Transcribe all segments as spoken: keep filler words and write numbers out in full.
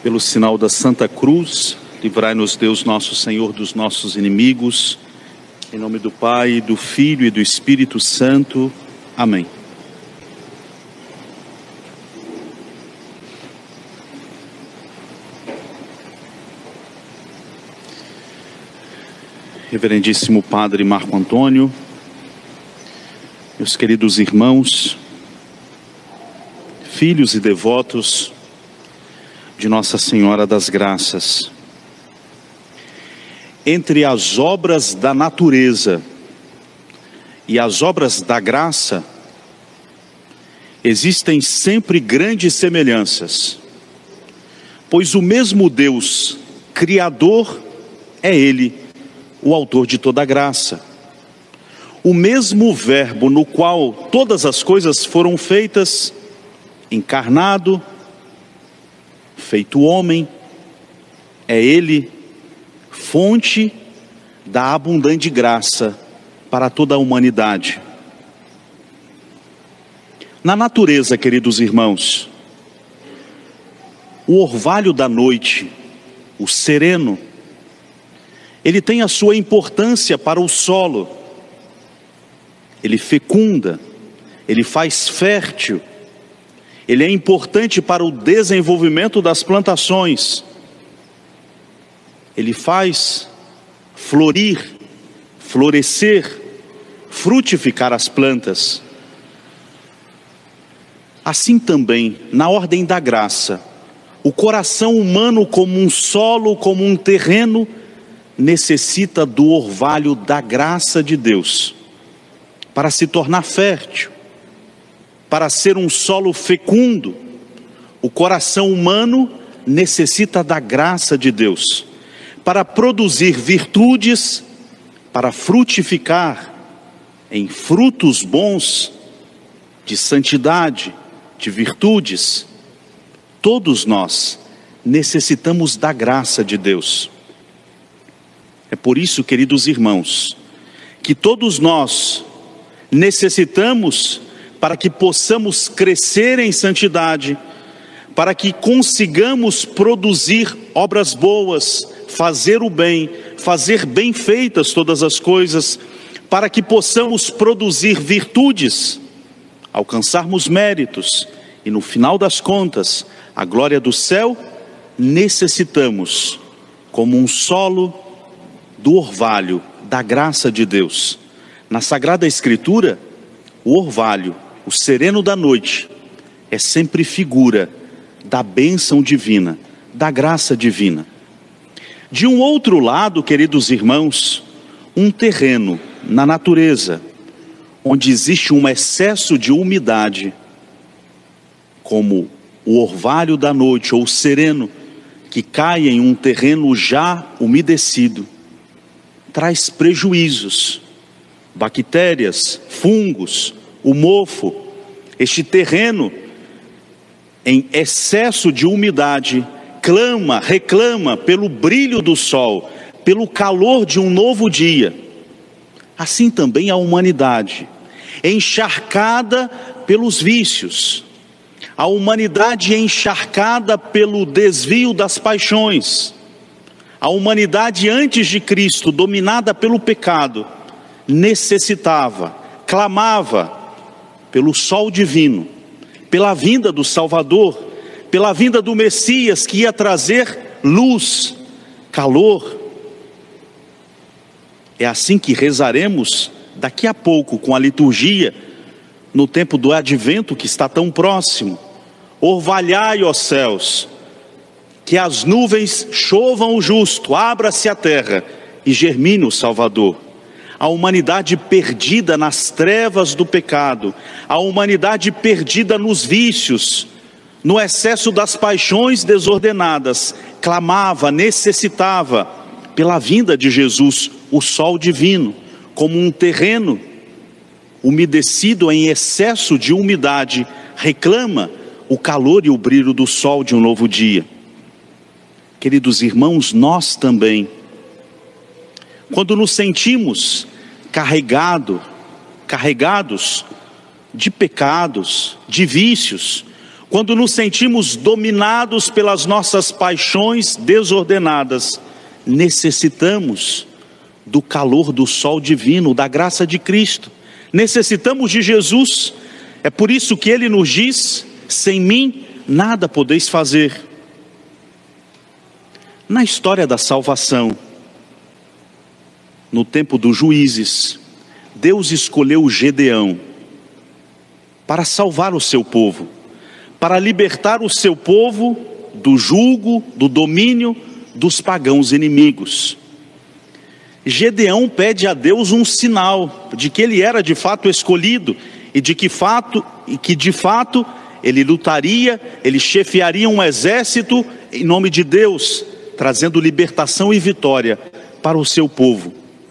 Pelo sinal da Santa Cruz, livrai-nos Deus nosso Senhor dos nossos inimigos. Em nome do Pai, do Filho e do Espírito Santo. Amém. Reverendíssimo Padre Marco Antônio, meus queridos irmãos, filhos e devotos de Nossa Senhora das Graças. Entre as obras da natureza e as obras da graça, existem sempre grandes semelhanças, pois o mesmo Deus Criador é Ele, o autor de toda graça. O mesmo Verbo no qual todas as coisas foram feitas, encarnado, feito homem, é Ele, fonte da abundante graça para toda a humanidade. Na natureza, queridos irmãos, o orvalho da noite, o sereno, ele tem a sua importância para o solo. Ele fecunda, ele faz fértil, ele é importante para o desenvolvimento das plantações. Ele faz florir, florescer, frutificar as plantas. Assim também, na ordem da graça, o coração humano como um solo, como um terreno, necessita do orvalho da graça de Deus, para se tornar fértil, para ser um solo fecundo. O coração humano necessita da graça de Deus, para produzir virtudes, para frutificar em frutos bons, de santidade, de virtudes. Todos nós necessitamos da graça de Deus. É por isso, queridos irmãos, que todos nós necessitamos, para que possamos crescer em santidade, para que consigamos produzir obras boas, fazer o bem, fazer bem feitas todas as coisas, para que possamos produzir virtudes, alcançarmos méritos e no final das contas, a glória do céu, necessitamos, como um solo, do orvalho da graça de Deus. Na Sagrada Escritura, o orvalho, o sereno da noite, é sempre figura da bênção divina, da graça divina. De um outro lado, queridos irmãos, um terreno na natureza, onde existe um excesso de umidade, como o orvalho da noite ou o sereno, que cai em um terreno já umedecido, traz prejuízos, bactérias, fungos, o mofo. Este terreno, em excesso de umidade, clama, reclama pelo brilho do sol, pelo calor de um novo dia. Assim também a humanidade, encharcada pelos vícios, a humanidade encharcada pelo desvio das paixões, a humanidade antes de Cristo, dominada pelo pecado, necessitava, clamava pelo sol divino, pela vinda do Salvador, pela vinda do Messias, que ia trazer luz, calor. É assim que rezaremos daqui a pouco com a liturgia, no tempo do advento que está tão próximo. Orvalhai, ó céus, que as nuvens chovam o justo, abra-se a terra e germine o Salvador. A humanidade perdida nas trevas do pecado, a humanidade perdida nos vícios, no excesso das paixões desordenadas, clamava, necessitava pela vinda de Jesus, o sol divino, como um terreno umedecido em excesso de umidade, reclama o calor e o brilho do sol de um novo dia. Queridos irmãos, nós também, quando nos sentimos carregado, carregados de pecados, de vícios, quando nos sentimos dominados pelas nossas paixões desordenadas, necessitamos do calor do sol divino, da graça de Cristo. Necessitamos de Jesus. É por isso que Ele nos diz: sem mim nada podeis fazer. Na história da salvação, no tempo dos juízes, Deus escolheu Gedeão para salvar o seu povo, para libertar o seu povo do jugo, do domínio dos pagãos inimigos. Gedeão pede a Deus um sinal de que ele era de fato escolhido e de que, fato, e que de fato ele lutaria, ele chefiaria um exército em nome de Deus, trazendo libertação e vitória para o seu povo.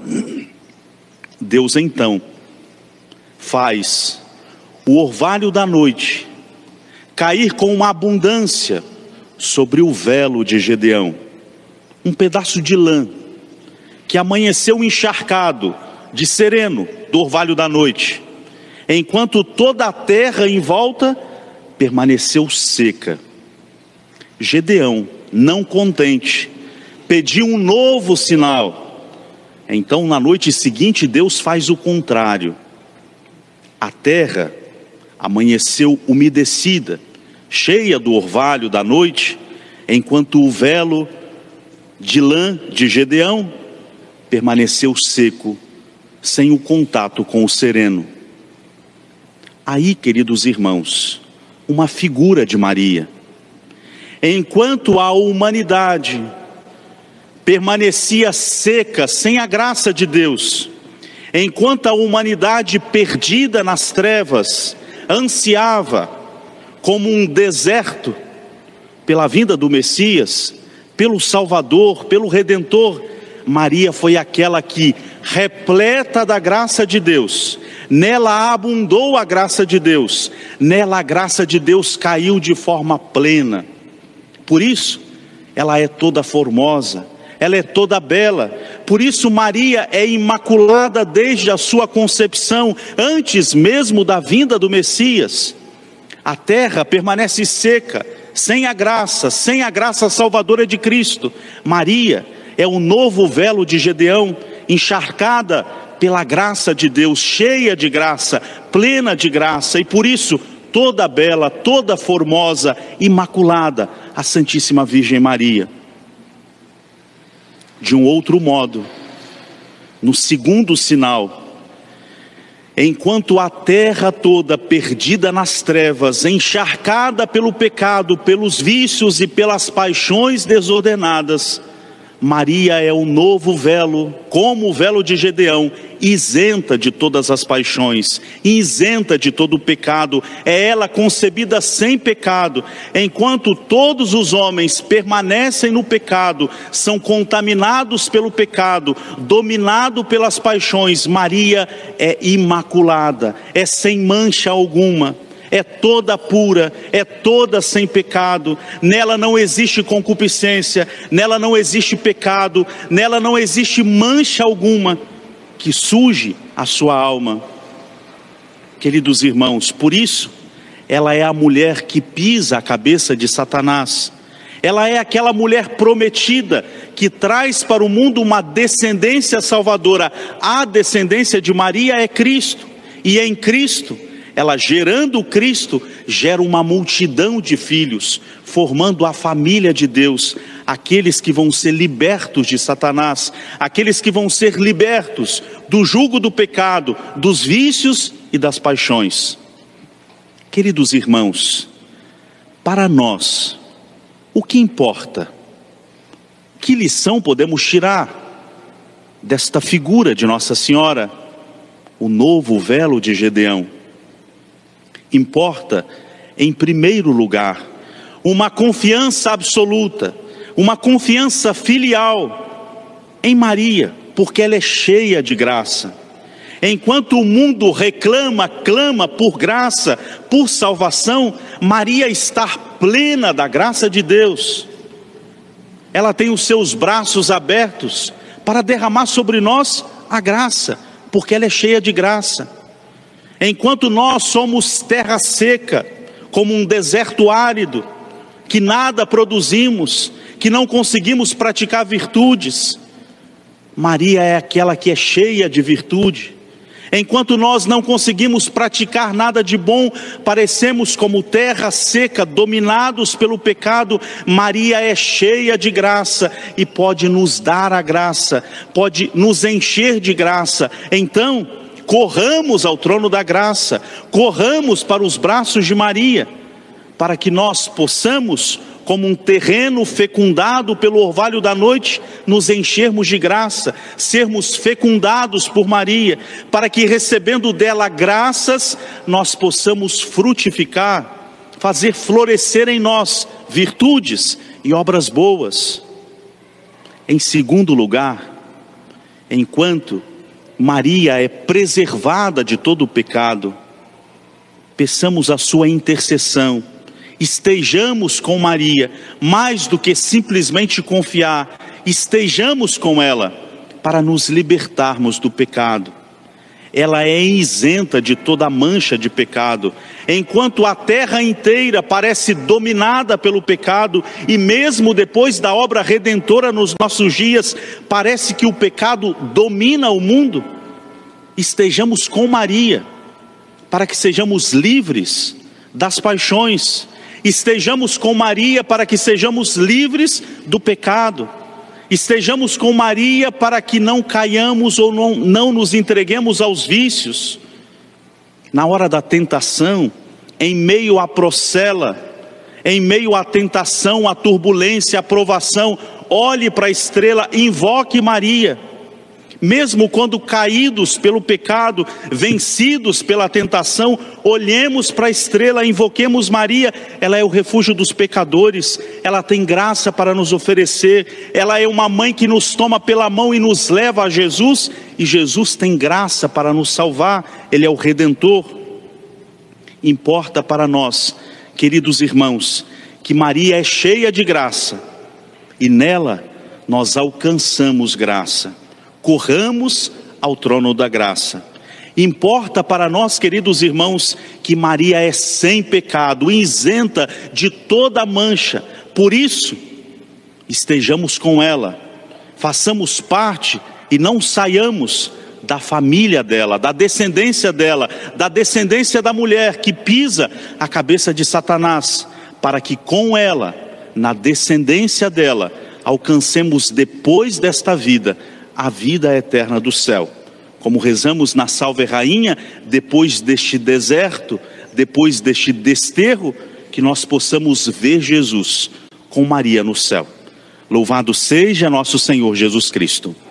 Deus então faz o orvalho da noite cair com uma abundância sobre o velo de Gedeão, um pedaço de lã que amanheceu encharcado de sereno do orvalho da noite, enquanto toda a terra em volta permaneceu seca. Gedeão, não contente, pediu um novo sinal. Então, na noite seguinte, Deus faz o contrário. A terra amanheceu umedecida, cheia do orvalho da noite, enquanto o velo de lã de Gedeão permaneceu seco, sem o contato com o sereno. Aí, queridos irmãos, uma figura de Maria. Enquanto a humanidade permanecia seca, sem a graça de Deus, enquanto a humanidade perdida nas trevas ansiava como um deserto pela vinda do Messias, pelo Salvador, pelo Redentor, Maria foi aquela que, repleta da graça de Deus, nela abundou a graça de Deus, nela a graça de Deus caiu de forma plena. Por isso, ela é toda formosa, ela é toda bela. Por isso Maria é imaculada desde a sua concepção, antes mesmo da vinda do Messias. A terra permanece seca, sem a graça, sem a graça salvadora de Cristo. Maria é o novo velo de Gedeão, encharcada pela graça de Deus, cheia de graça, plena de graça, e por isso toda bela, toda formosa, imaculada, a Santíssima Virgem Maria. De um outro modo, no segundo sinal, enquanto a terra toda perdida nas trevas, encharcada pelo pecado, pelos vícios e pelas paixões desordenadas, Maria é o novo velo, como o velo de Gedeão, isenta de todas as paixões, isenta de todo o pecado. É ela concebida sem pecado. Enquanto todos os homens permanecem no pecado, são contaminados pelo pecado, dominados pelas paixões, Maria é imaculada, é sem mancha alguma, é toda pura, é toda sem pecado. Nela não existe concupiscência, nela não existe pecado, nela não existe mancha alguma que suje a sua alma. Queridos irmãos, por isso ela é a mulher que pisa a cabeça de Satanás. Ela é aquela mulher prometida que traz para o mundo uma descendência salvadora. A descendência de Maria é Cristo, e em Cristo, ela gerando Cristo, gera uma multidão de filhos, formando a família de Deus, aqueles que vão ser libertos de Satanás, aqueles que vão ser libertos do jugo do pecado, dos vícios e das paixões. Queridos irmãos, para nós, o que importa? Que lição podemos tirar desta figura de Nossa Senhora, o novo velo de Gedeão? Importa, em primeiro lugar, uma confiança absoluta, uma confiança filial em Maria, porque ela é cheia de graça. Enquanto o mundo reclama, clama por graça, por salvação, Maria está plena da graça de Deus. Ela tem os seus braços abertos para derramar sobre nós a graça, porque ela é cheia de graça. Enquanto nós somos terra seca, como um deserto árido, que nada produzimos, que não conseguimos praticar virtudes. Maria é aquela que é cheia de virtude. Enquanto nós não conseguimos praticar nada de bom, parecemos como terra seca, dominados pelo pecado. Maria é cheia de graça e pode nos dar a graça, pode nos encher de graça. Então, corramos ao trono da graça, corramos para os braços de Maria, para que nós possamos, como um terreno fecundado pelo orvalho da noite, nos enchermos de graça, sermos fecundados por Maria, para que recebendo dela graças, nós possamos frutificar, fazer florescer em nós virtudes e obras boas. Em segundo lugar, enquanto Maria é preservada de todo o pecado, peçamos a sua intercessão. Estejamos com Maria, mais do que simplesmente confiar, estejamos com ela para nos libertarmos do pecado. Ela é isenta de toda mancha de pecado, enquanto a terra inteira parece dominada pelo pecado, e mesmo depois da obra redentora nos nossos dias, parece que o pecado domina o mundo. Estejamos com Maria, para que sejamos livres das paixões. Estejamos com Maria para que sejamos livres do pecado. Estejamos com Maria para que não caiamos ou não, não nos entreguemos aos vícios. Na hora da tentação, em meio à procela, em meio à tentação, à turbulência, à provação, olhe para a estrela, invoque Maria. Mesmo quando caídos pelo pecado, vencidos pela tentação, olhemos para a estrela, invoquemos Maria. Ela é o refúgio dos pecadores, ela tem graça para nos oferecer, ela é uma mãe que nos toma pela mão e nos leva a Jesus, e Jesus tem graça para nos salvar, Ele é o Redentor. Importa para nós, queridos irmãos, que Maria é cheia de graça, e nela nós alcançamos graça. Corramos ao trono da graça. Importa para nós, queridos irmãos, que Maria é sem pecado, isenta de toda mancha. Por isso, estejamos com ela, façamos parte e não saiamos da família dela, da descendência dela, da descendência da mulher que pisa a cabeça de Satanás, para que com ela, na descendência dela, alcancemos depois desta vida a vida eterna do céu. Como rezamos na Salve Rainha, depois deste deserto, depois deste desterro, que nós possamos ver Jesus com Maria no céu. Louvado seja nosso Senhor Jesus Cristo.